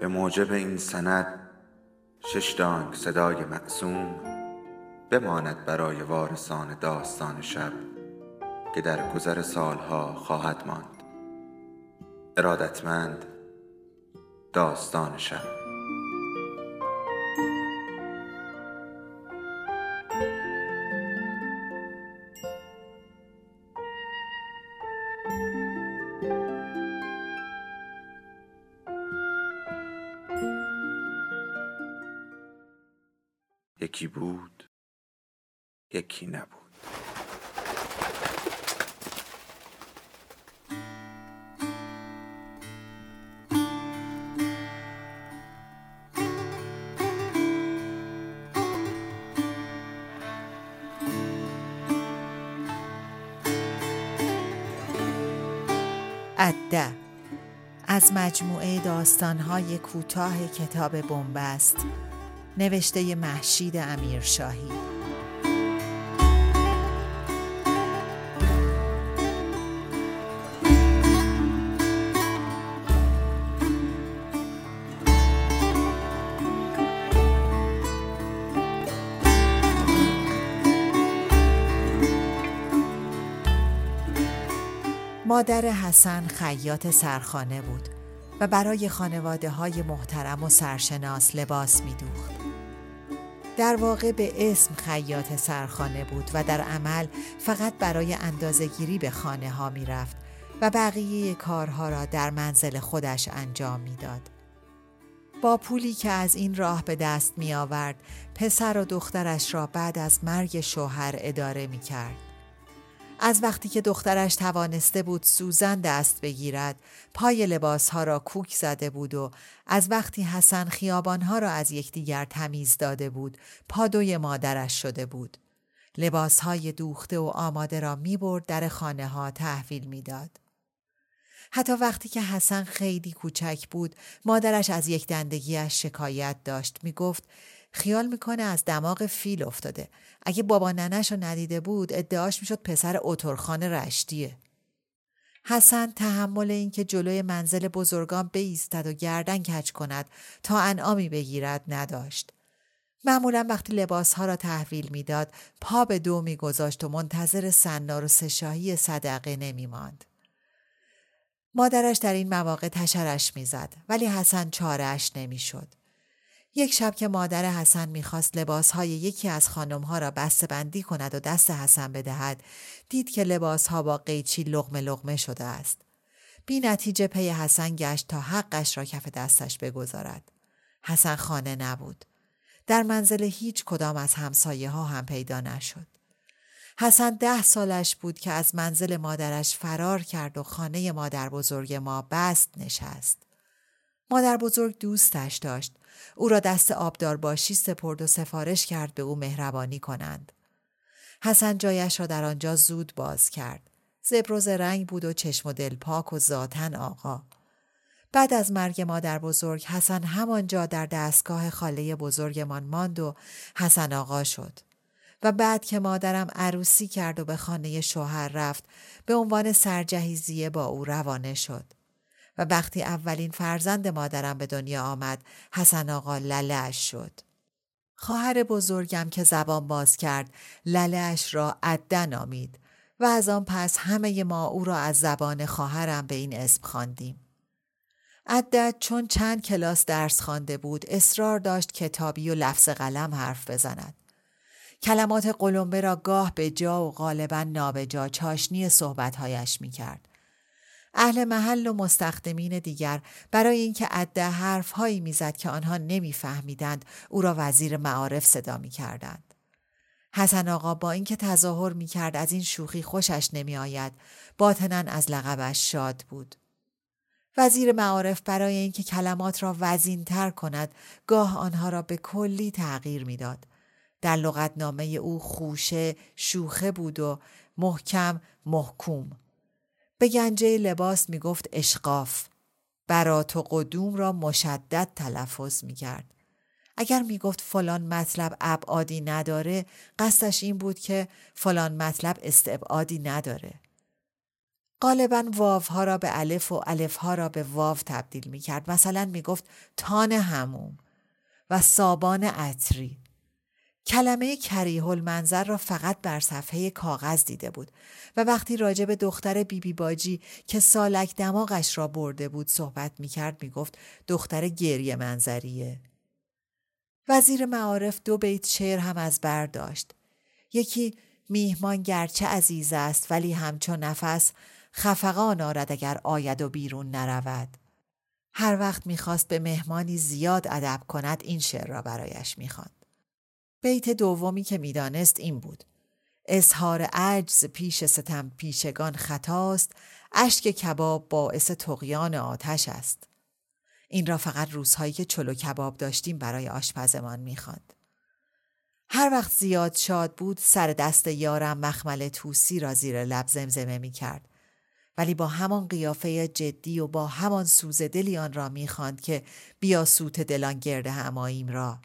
به موجب این سند 6 دانگ صدای معصوم بماند برای وارثان داستان شب که در گذر سالها خواهد ماند. ارادتمند، داستان شب. یکی بود، یکی نبود. عده از مجموعه داستان‌های کوتاه کتاب بنبست، نوشته مهشید امیرشاهی. مادر حسن خیاط سرخانه بود و برای خانواده‌های محترم و سرشناس لباس می‌دوخت. در واقع به اسم خیاط سرخانه بود و در عمل فقط برای اندازه‌گیری به خانه‌ها می‌رفت و بقیه کارها را در منزل خودش انجام می‌داد. با پولی که از این راه به دست می‌آورد، پسر و دخترش را بعد از مرگ شوهر اداره می‌کرد. از وقتی که دخترش توانسته بود سوزن دست بگیرد، پای لباسها را کوک زده بود و از وقتی حسن خیابانها را از یکدیگر تمیز داده بود، پادوی مادرش شده بود. لباسهای دوخته و آماده را می برد در خانه ها تحویل می داد. حتی وقتی که حسن خیلی کوچک بود، مادرش از یک دندگیش شکایت داشت. می گفت خیال میکنه از دماغ فیل افتاده. اگه بابا ننش رو ندیده بود ادعاش میشد پسر اترخان رشتیه. حسن تحمل این که جلوی منزل بزرگان بایستد و گردن کج کند تا انعامی بگیرد نداشت. معمولا وقتی لباسها را تحویل میداد پا به دو میگذاشت و منتظر سنار و سه‌شاهی صدقه نمیماند. مادرش در این مواقع تشرش میزد ولی حسن چاره‌اش نمیشد. یک شب که مادر حسن میخواست لباسهای یکی از خانمها را بسته بندی کند و دست حسن بدهد، دید که لباسها با قیچی لقمه لقمه شده است. بی نتیجه پی حسن گشت تا حقش را کف دستش بگذارد. حسن خانه نبود. در منزل هیچ کدام از همسایه ها هم پیدا نشد. حسن 10 سالش بود که از منزل مادرش فرار کرد و خانه مادر بزرگ ما بست نشست. مادر بزرگ دوستش داشت. او را دست آبدارباشی سپرد و سفارش کرد به او مهربانی کنند. حسن جایش را در آنجا زود باز کرد. زبر رنگ بود و چشم و دل پاک و ذاتن آقا. بعد از مرگ مادر بزرگ حسن همانجا در دستگاه خاله بزرگمان ماند و حسن آقا شد. و بعد که مادرم عروسی کرد و به خانه شوهر رفت، به عنوان سرجهیزیه با او روانه شد. و وقتی اولین فرزند مادرم به دنیا آمد، حسن آقا لله‌اش شد. خواهر بزرگم که زبان باز کرد، لله‌اش را عده نامید و از آن پس همه ما او را از زبان خواهرم به این اسم خواندیم. عده چون چند کلاس درس خوانده بود، اصرار داشت کتابی و لفظ قلم حرف بزند. کلمات قلمبه را گاه به جا و غالباً نابجا چاشنی صحبت‌هایش می‌کرد. اهل محل و مستخدمین دیگر برای اینکه عده حرف‌هایی می‌زد که آنها نمی‌فهمیدند، او را وزیر معارف صدا می‌کردند. حسن آقا با اینکه تظاهر می‌کرد از این شوخی خوشش نمی‌آید، باطناً از لقبش شاد بود. وزیر معارف برای اینکه کلمات را وزین‌تر کند، گاه آنها را به کلی تغییر می‌داد. در لغتنامه او خوشه شوخه بود و محکم محکوم. به گنجه لباس می گفت اشقاف. برات و قدوم را مشدد تلفظ می کرد. اگر می گفت فلان مطلب ابعادی نداره، قصدش این بود که فلان مطلب استبعادی نداره. غالباً واوها را به الف و الفها را به واو تبدیل می کرد. مثلا می گفت تان هموم و سابان عطری. کلمه کریه المنظر را فقط بر صفحه کاغذ دیده بود و وقتی راجع به دختر بیبی باجی که سالک دماغش را برده بود صحبت می کرد می گفت دختر گریه منظریه. وزیر معارف 2 بیت شعر هم از بر داشت. یکی میهمان گرچه عزیز است ولی همچون نفس خفقان آرد اگر آید و بیرون نرود. هر وقت میخواست به مهمانی زیاد ادب کند این شعر را برایش میخواند. بیت دومی که میدانست این بود: اظهار عجز پیش ستم پیشگان خطاست، اشک کباب باعث طغیان آتش است. این را فقط روزهایی که چلو کباب داشتیم برای آشپزمان میخواند. هر وقت زیاد شاد بود سر دست یارم مخمل توسی را زیر لب زمزمه میکرد، ولی با همان قیافه جدی و با همان سوز دلی آن را میخواند که بیا سوت دلان گرد هماییم را.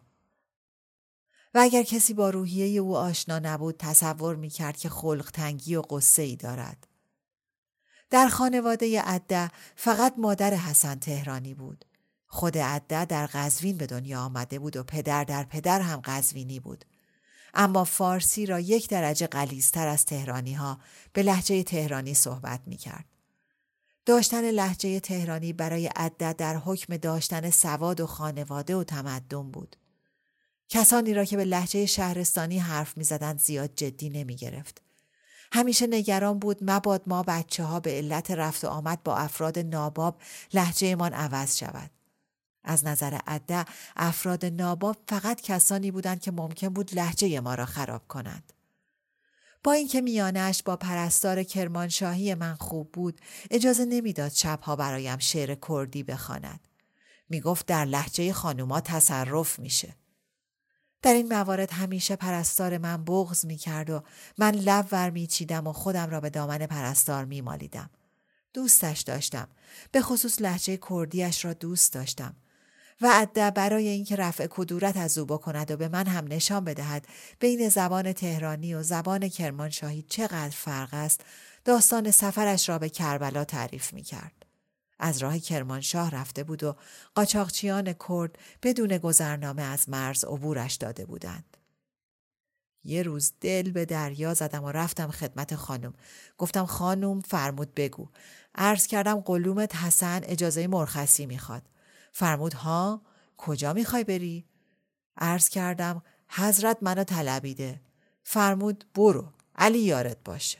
و اگر کسی با روحیه او آشنا نبود تصور میکرد که خلق تنگی و غصه ای دارد. در خانواده عده فقط مادر حسن تهرانی بود. خود عده در قزوین به دنیا آمده بود و پدر در پدر هم قزوینی بود. اما فارسی را 1 درجه غلیظ‌تر از تهرانی ها به لهجه تهرانی صحبت می کرد. داشتن لهجه تهرانی برای عده در حکم داشتن سواد و خانواده و تمدن بود. کسانی را که به لهجه شهرستانی حرف می زدند زیاد جدی نمی گرفت. همیشه نگران بود مباد ما بچه ها به علت رفت و آمد با افراد ناباب لهجه من عوض شود. از نظر عده افراد ناباب فقط کسانی بودند که ممکن بود لهجه ما را خراب کنند. با اینکه میانش با پرستار کرمانشاهی من خوب بود اجازه نمیداد شبها برایم شعر کردی بخواند. میگفت در لهجه خانوما تصرف میشه. در این موارد همیشه پرستار من بغض میکرد و من لب ور میچیدم و خودم را به دامن پرستار میمالیدم. دوستش داشتم. به خصوص لهجه کردیش را دوست داشتم. و عده برای اینکه رفع کدورت از او بکند و به من هم نشان بدهد بین زبان تهرانی و زبان کرمانشاهی چقدر فرق است، داستان سفرش را به کربلا تعریف می کرد. از راه کرمانشاه رفته بود و قاچاقچیان کرد بدون گذرنامه از مرز عبورش داده بودند. یه روز دل به دریا زدم و رفتم خدمت خانم. گفتم خانم فرمود بگو. عرض کردم قلومت حسن اجازه مرخصی میخواد. فرمود ها کجا میخوای بری؟ عرض کردم حضرت منو طلبیده. فرمود برو علی یارت باشه.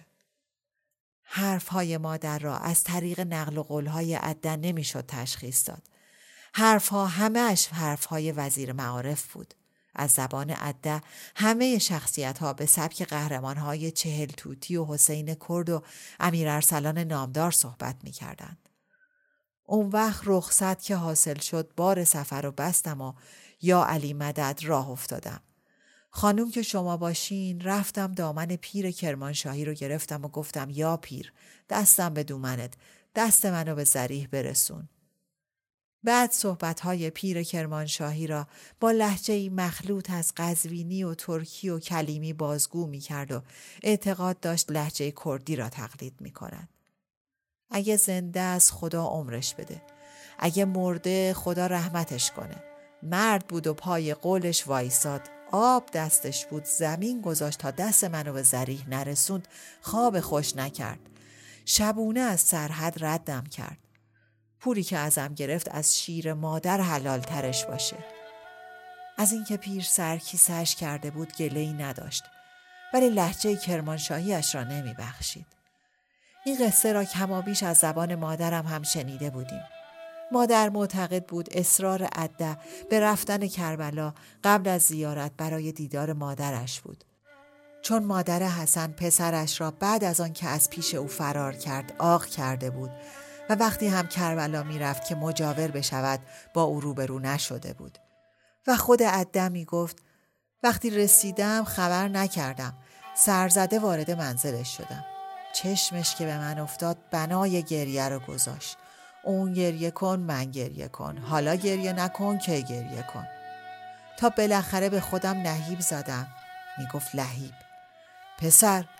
حرفهای مادر را از طریق نقل و قولهای عده نمیشد تشخیص داد. حرفها همه‌اش حرفهای وزیر معارف بود. از زبان عده همه شخصیت‌ها به سبک قهرمان‌های چهل توتی و حسین کرد و امیر ارسلان نامدار صحبت می‌کردند. اون وقت رخصت که حاصل شد بار سفر رو بستم و یا علی مدد راه افتادم. خانوم که شما باشین رفتم دامن پیر کرمانشاهی رو گرفتم و گفتم یا پیر دستم به دومنت، دست منو به ذریح برسون. بعد صحبت‌های پیر کرمانشاهی را با لهجه‌ای مخلوط از قزوینی و ترکی و کلیمی بازگو می‌کرد و اعتقاد داشت لهجه کردی را تقلید می‌کند. اگه زنده است خدا عمرش بده، اگه مرده خدا رحمتش کنه. مرد بود و پای قولش وایساد، آب دستش بود، زمین گذاشت تا دست منو به ذریح نرسوند، خواب خوش نکرد. شبونه از سرحد ردم کرد. پولی که ازم گرفت از شیر مادر حلال ترش باشه. از اینکه پیر سرکیسه‌اش کرده بود گله‌ای نداشت، ولی لهجه کرمانشاهیش را نمی بخشید. این قصه را کمابیش از زبان مادرم هم شنیده بودیم. مادر معتقد بود اصرار عده به رفتن کربلا قبل از زیارت برای دیدار مادرش بود. چون مادر حسن پسرش را بعد از آن که از پیش او فرار کرد عاق کرده بود و وقتی هم کربلا می رفت که مجاور بشود با او روبرو نشده بود. و خود عده می گفت وقتی رسیدم خبر نکردم، سرزده وارد منزلش شدم. چشمش که به من افتاد بنای گریه رو گذاشت. اون گریه کن من گریه کن، حالا گریه نکن که گریه کن. تا بالاخره به خودم نهیب زدم. می گفت لهیب. پسر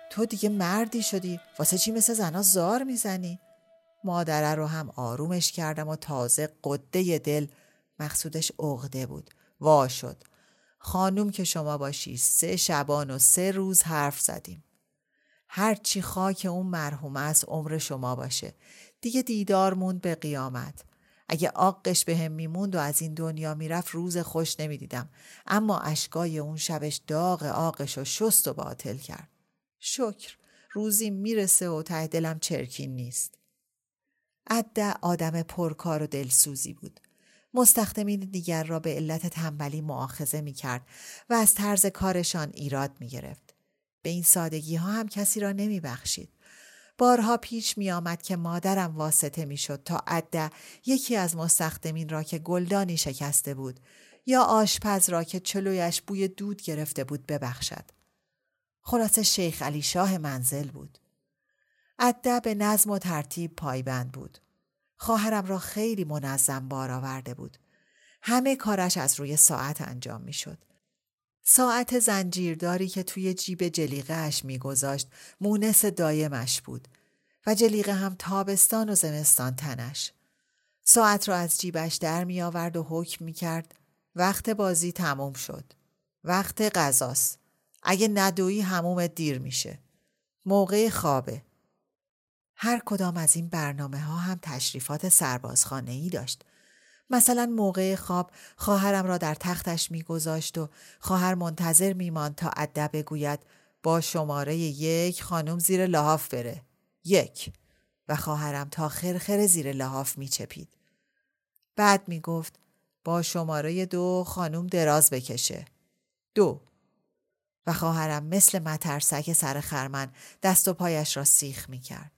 تو دیگه مردی شدی، واسه چی مثل زنا زار میزنی؟ مادره رو هم آرومش کردم و تازه قده دل، مقصودش عقده بود، وا شد. خانوم که شما باشی 3 شبان و 3 روز حرف زدیم. هرچی خاک اون مرحومه است عمر شما باشه. دیگه دیدار موند به قیامت. اگه عاقش به هم میموند و از این دنیا میرفت روز خوش نمیدیدم، اما اشکای اون شبش داغ عاقش و شست و باطل کرد. شکر روزی میرسه و ته دلم چرکین نیست. عده آدم پرکار و دلسوزی بود. مستخدمین دیگر را به علت تنبلی مؤاخذه میکرد و از طرز کارشان ایراد میگرفت. به این سادگی ها هم کسی را نمی بخشید. بارها پیش می آمد که مادرم واسطه می شد تا عده یکی از مستخدمین را که گلدانی شکسته بود یا آشپز را که چلویش بوی دود گرفته بود ببخشد. خلاصه شیخ علی شاه منزل بود. عده به نظم و ترتیب پایبند بود. خواهرم را خیلی منظم بار آورده بود. همه کارش از روی ساعت انجام می شد. ساعت زنجیرداری که توی جیب جلیقه اش می گذاشت مونس دایمش بود و جلیقه هم تابستان و زمستان تنش. ساعت را از جیبش در می آورد و حکم می کرد وقت بازی تموم شد. وقت غذاست. اگه ندویی هموم دیر میشه. موقع خوابه. هر کدام از این برنامه ها هم تشریفات سربازخانه‌ای داشت. مثلا موقع خواب خواهرم را در تختش میگذاشت و خواهر منتظر میماند تا عده بگوید با شماره 1 خانم زیر لحاف بره. 1 و خواهرم تا خرخر زیر لحاف میچپید. بعد میگفت با شماره 2 خانم دراز بکشه. 2 و خواهرم مثل مترسک سر خرمن دست و پایش را سیخ میکرد.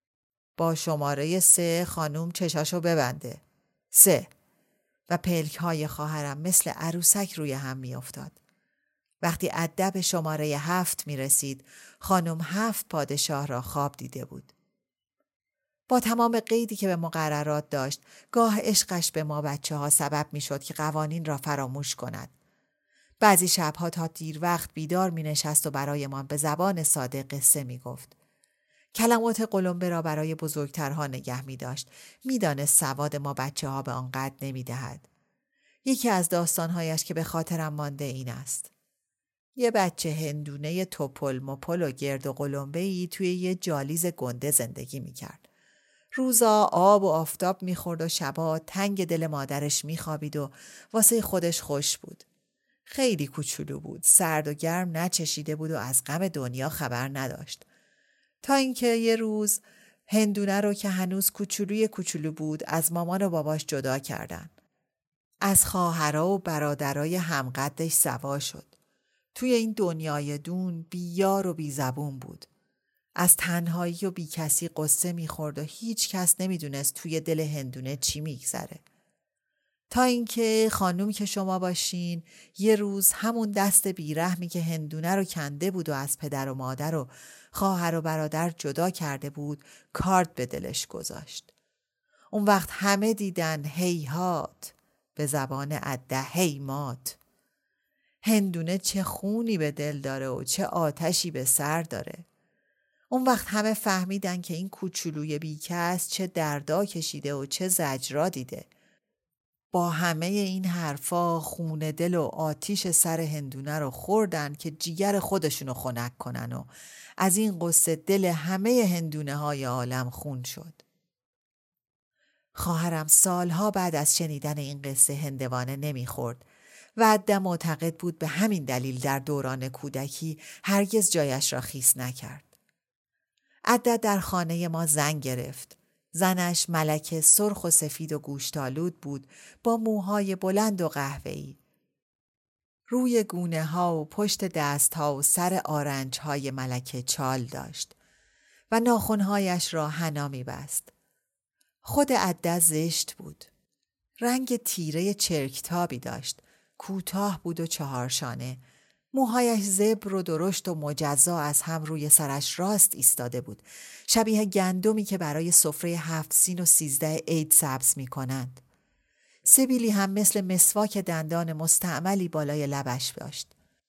با شماره 3 خانم چشاشو ببنده. 3 و پلک‌های خواهرم مثل عروسک روی هم می‌افتاد. وقتی عده به شماره 7 می‌رسید، خانم 7 پادشاه را خواب دیده بود. با تمام قیدی که به مقررات داشت، گاه عشقش به ما بچه‌ها سبب می‌شد که قوانین را فراموش کند. بعضی شب‌ها تا دیر وقت بیدار می‌نشست و برایمان به زبان ساده قصه می‌گفت. کلمات قلمبه را برای بزرگترها نگه می داشت. می دانست سواد ما بچه ها به آن قدر نمی دهد. یکی از داستانهایش که به خاطرم مانده این است. یه بچه هندونه توپل مپل و گرد و قلمبه‌ای توی یه جالیز گنده زندگی می کرد. روزا آب و آفتاب می خورد و شبا تنگ دل مادرش می خوابید و واسه خودش خوش بود. خیلی کوچولو بود. سرد و گرم نچشیده بود و از غم دنیا خبر نداشت. تا اینکه یه روز هندونه رو که هنوز کوچولو بود از مامان و باباش جدا کردن. از خواهرها و برادرای همقدش سوا شد. توی این دنیای دون بیار و بی زبون بود. از تنهایی و بی کسی قصه میخورد و هیچ کس نمیدونست توی دل هندونه چی میگذره. تا اینکه خانوم که شما باشین یه روز همون دست بیرحمی که هندونه رو کنده بود و از پدر و مادر و خواهر و برادر جدا کرده بود کارد به دلش گذاشت. اون وقت همه دیدن هیهات، به زبان عده هیمات. هندونه چه خونی به دل داره و چه آتشی به سر داره. اون وقت همه فهمیدن که این کوچولوی بیکس چه دردا کشیده و چه زجرا دیده. با همه این حرفا خون دل و آتیش سر هندونه رو خوردن که جیگر خودشونو خنک کنن و از این قصه دل همه هندونه های عالم خون شد. خواهرم سالها بعد از شنیدن این قصه هندوانه نمیخورد و عده معتقد بود به همین دلیل در دوران کودکی هرگز جایش را خیس نکرد. عده در خانه ما زن گرفت. زنش ملکه سرخ و سفید و گوشتالود بود با موهای بلند و قهوه‌ای. روی گونه ها و پشت دست ها و سر آرنج های ملکه چال داشت و ناخنهایش را حنا می بست. خود عده زشت بود. رنگ تیره چرکتابی داشت. کوتاه بود و 4 شانه. موهایش زبر و درشت و مجزا از هم روی سرش راست ایستاده بود. شبیه گندمی که برای سفره 7 سین و 13 عید سبز می کنند. سبیلی هم مثل مسواک دندان مستعملی بالای لبش داشت.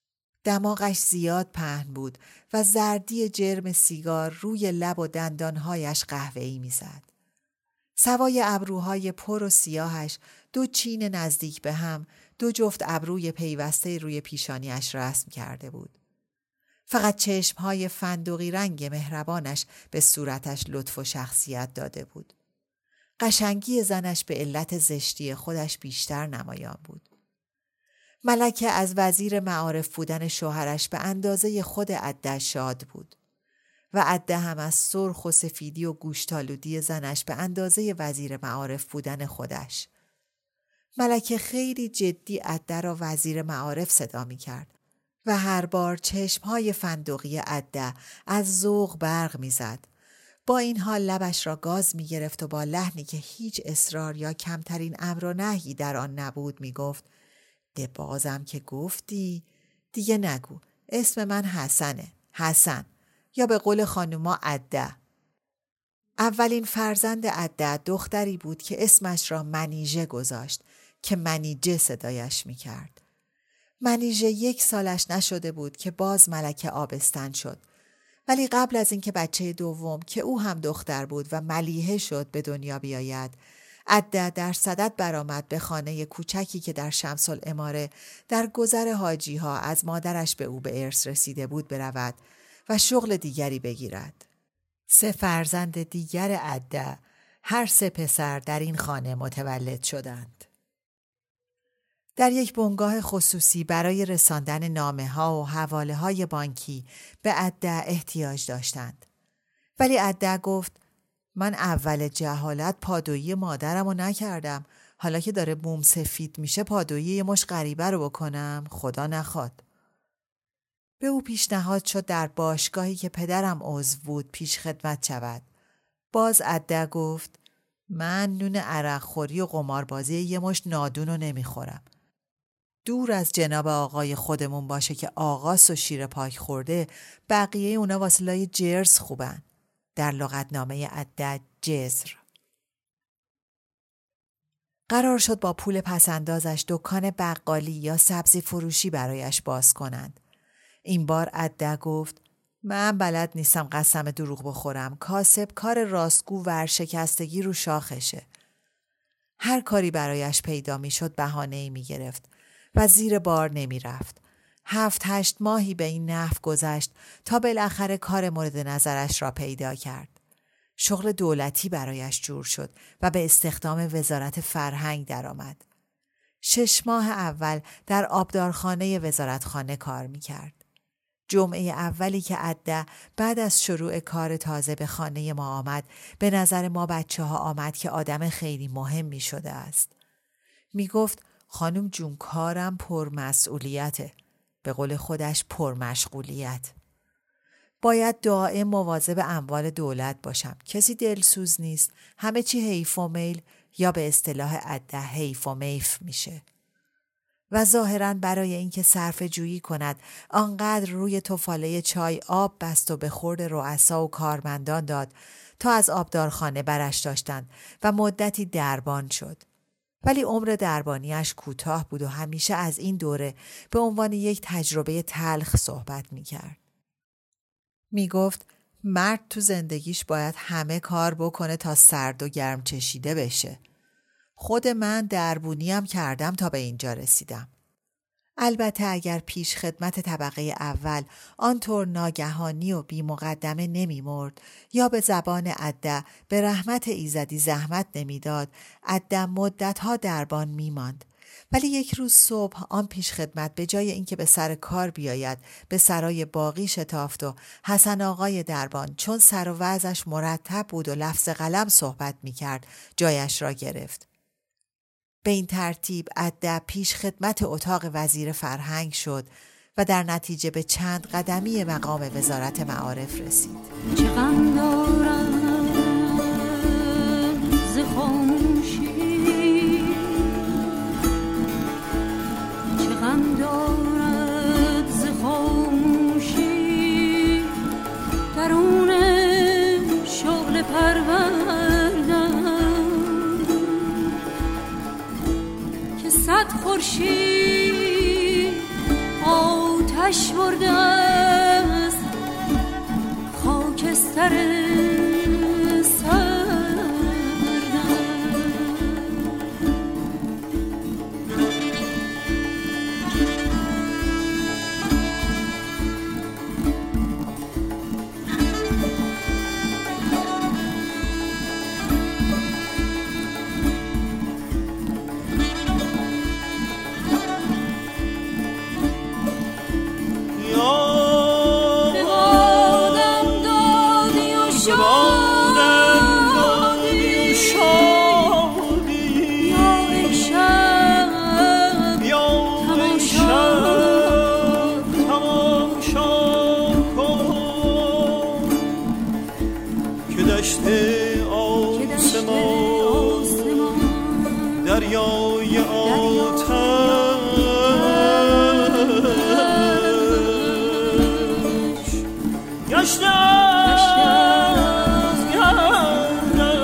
دماغش زیاد پهن بود و زردی جرم سیگار روی لب و دندانهایش قهوه‌ای می‌زد. سوای ابروهای پر و سیاهش 2 چین نزدیک به هم 2 جفت ابروی پیوسته روی پیشانیش رسم کرده بود. فقط چشمهای فندقی رنگ مهربانش به صورتش لطف و شخصیت داده بود. قشنگی زنش به علت زشتی خودش بیشتر نمایان بود. ملکه از وزیر معارف بودن شوهرش به اندازه خود عده شاد بود و عده هم از سرخ و سفیدی و گوشتالودی زنش به اندازه وزیر معارف بودن خودش. ملکه خیلی جدی عده را وزیر معارف صدا می کرد و هر بار چشمهای فندقی عده از ذوق برق می زد. با این حال لبش را گاز می گرفت و با لحنی که هیچ اصرار یا کمترین امر و نهی در آن نبود می گفت: ده بازم که گفتی؟ دیگه نگو. اسم من حسنه. حسن. یا به قول خانوما عده. اولین فرزند عده دختری بود که اسمش را منیژه گذاشت که منیجه صدایش می کرد. منیژه 1 سالش نشده بود که باز ملکه آبستن شد. ولی قبل از اینکه بچه دوم که او هم دختر بود و ملیحه شد به دنیا بیاید، عده در صدد برآمد به خانه کوچکی که در شمس العماره در گذر حاجی ها از مادرش به او به ارث رسیده بود برود و شغل دیگری بگیرد. 3 فرزند دیگر عده، هر 3 پسر در این خانه متولد شدند. در یک بنگاه خصوصی برای رساندن نامه‌ها و حواله‌های بانکی به عده احتیاج داشتند. ولی عده گفت: من اول جهالت پادویی مادرم رو نکردم. حالا که داره بوم سفید میشه پادویی یه مش غریبه رو بکنم؟ خدا نخواد. به او پیشنهاد شد در باشگاهی که پدرم عضو بود پیش خدمت شود. باز عده گفت: من نون عرق خوری و قماربازی یه مش نادون رو نمیخورم. دور از جناب آقای خودمون باشه که آقاس و شیر پاک خورده، بقیه اونا واسلای جرز خوبن. در لغتنامه عده جزر. قرار شد با پول پسندازش دکان بقالی یا سبزی فروشی برایش باز کنند. این بار عده گفت: من بلد نیستم قسم دروغ بخورم. کاسب کار راستگو ورشکستگی رو شاخشه. هر کاری برایش پیدا می شد بهانه‌ای می گرفت و زیر بار نمی رفت. 7-8 ماهی به این نحو گذشت تا بالاخره کار مورد نظرش را پیدا کرد. شغل دولتی برایش جور شد و به استخدام وزارت فرهنگ درآمد. 6 ماه اول در آبدارخانه وزارتخانه کار می کرد. جمعه اولی که عده بعد از شروع کار تازه به خانه ما آمد، به نظر ما بچه ها آمد که آدم خیلی مهمی شده است. می گفت: خانم جون کارم پرمسئولیته. به قول خودش پرمشغولیت. باید دائم مواظب اموال دولت باشم. کسی دلسوز نیست. همه چی حیف و میل یا به اصطلاح عده حیف و میف میشه. و ظاهراً برای اینکه صرفه جویی کند آنقدر روی تفاله چای آب بست و به خورد رؤسا و کارمندان داد تا از آبدارخانه برش داشتند و مدتی دربان شد. ولی عمر دربانیش کوتاه بود و همیشه از این دوره به عنوان یک تجربه تلخ صحبت می کرد. می گفت: مرد تو زندگیش باید همه کار بکنه تا سرد و گرم چشیده بشه. خود من دربونیم کردم تا به اینجا رسیدم. البته اگر پیش خدمت طبقه اول آنطور ناگهانی و بی مقدمه نمی مرد یا به زبان عده به رحمت ایزدی زحمت نمی داد، عده مدتها دربان می ماند. ولی یک روز صبح آن پیش خدمت به جای اینکه به سر کار بیاید به سرای باقی شتافت و حسن آقای دربان چون سر و وضعش مرتب بود و لفظ قلم صحبت می کرد جایش را گرفت. به این ترتیب عده پیش خدمت اتاق وزیر فرهنگ شد و در نتیجه به چند قدمی مقام وزارت معارف رسید. چه غم دارم ز خاموشی، چه غم دارد ز خاموشی، درون شغل پروردن که صد خورشید آتش برده است خاکستر دریای آتش گشته از گردن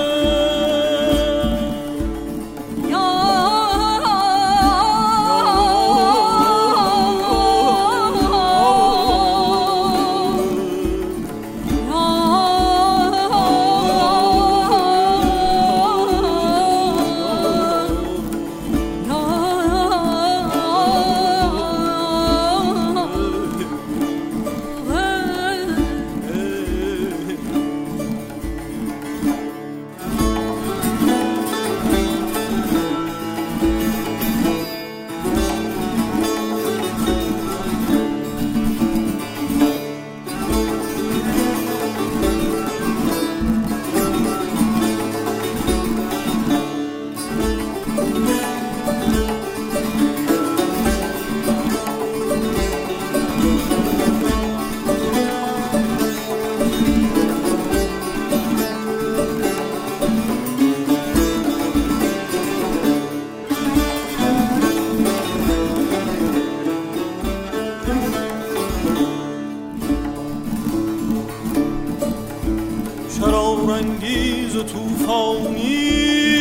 شرارانگیز و طوفانی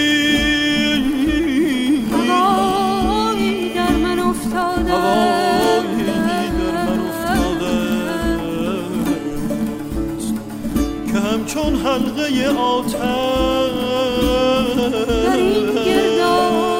هوایی در من افتاده است که همچون حلقه آتش در این گردانی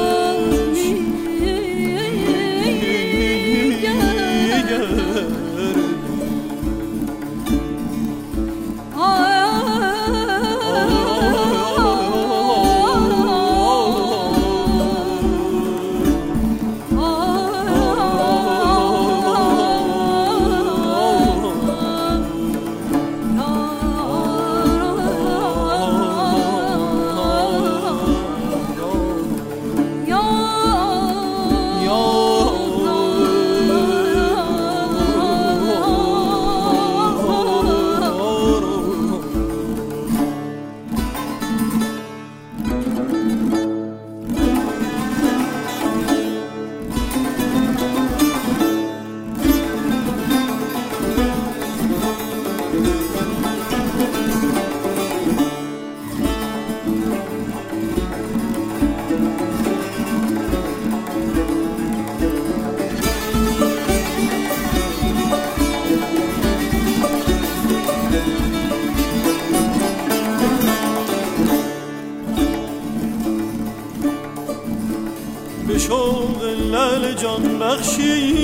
به شوق لعل جان بخشی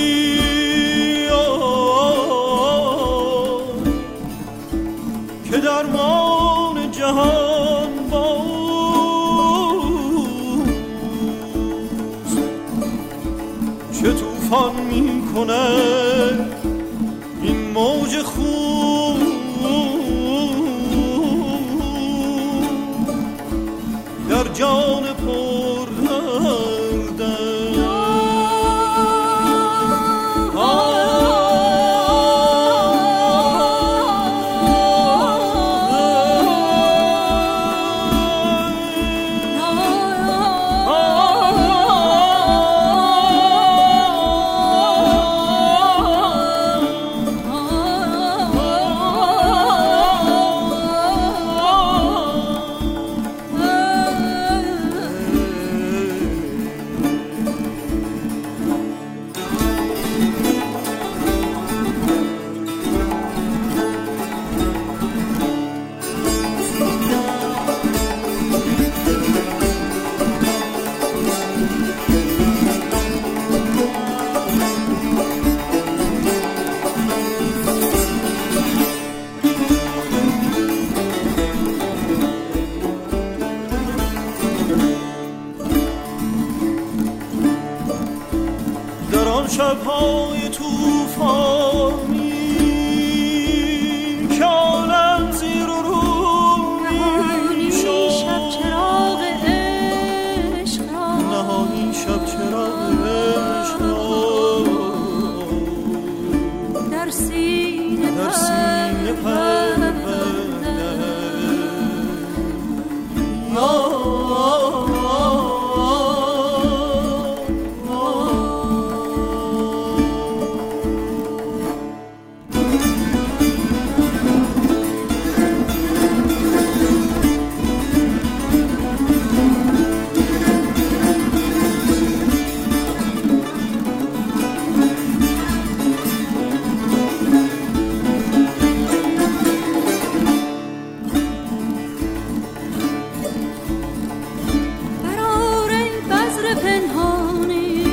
که درمان جهان باز چه طوفان می کند این موج خون در جان پر شب‌های طوفانی که عالم زیر و رو می‌شد. شب چراغ عشق را نهانی شب چراغ عشق را در سینه پرورده. برآر ای بذر پنهانی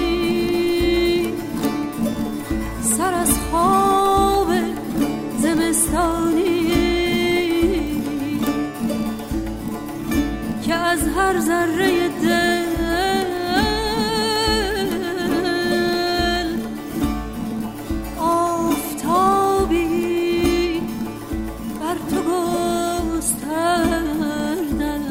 سر از خواب زمستانی که از هر ذره دل آفتابی بر تو گستردم.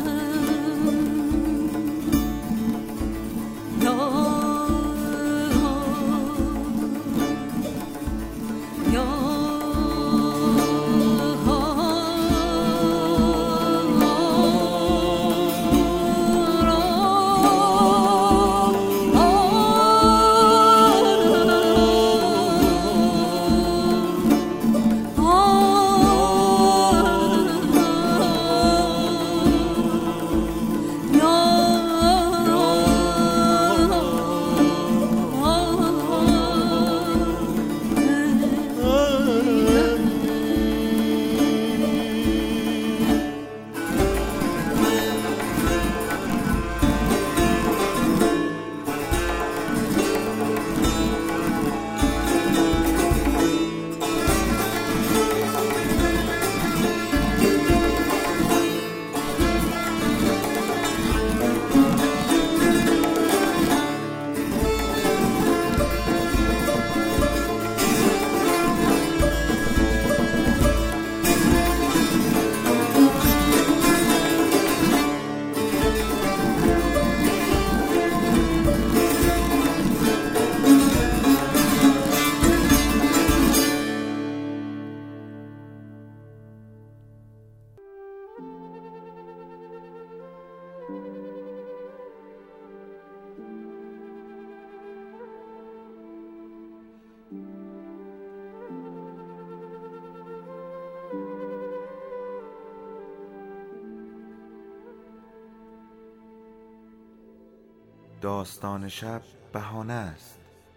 داستان شب بهانه است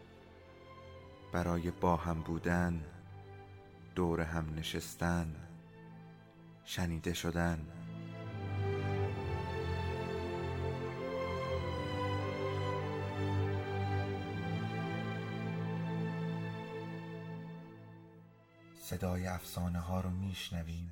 برای با هم بودن، دور هم نشستن، شنیده شدن. صدای افسانه ها رو میشنویم.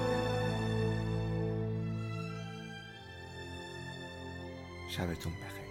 شبتون بخیر.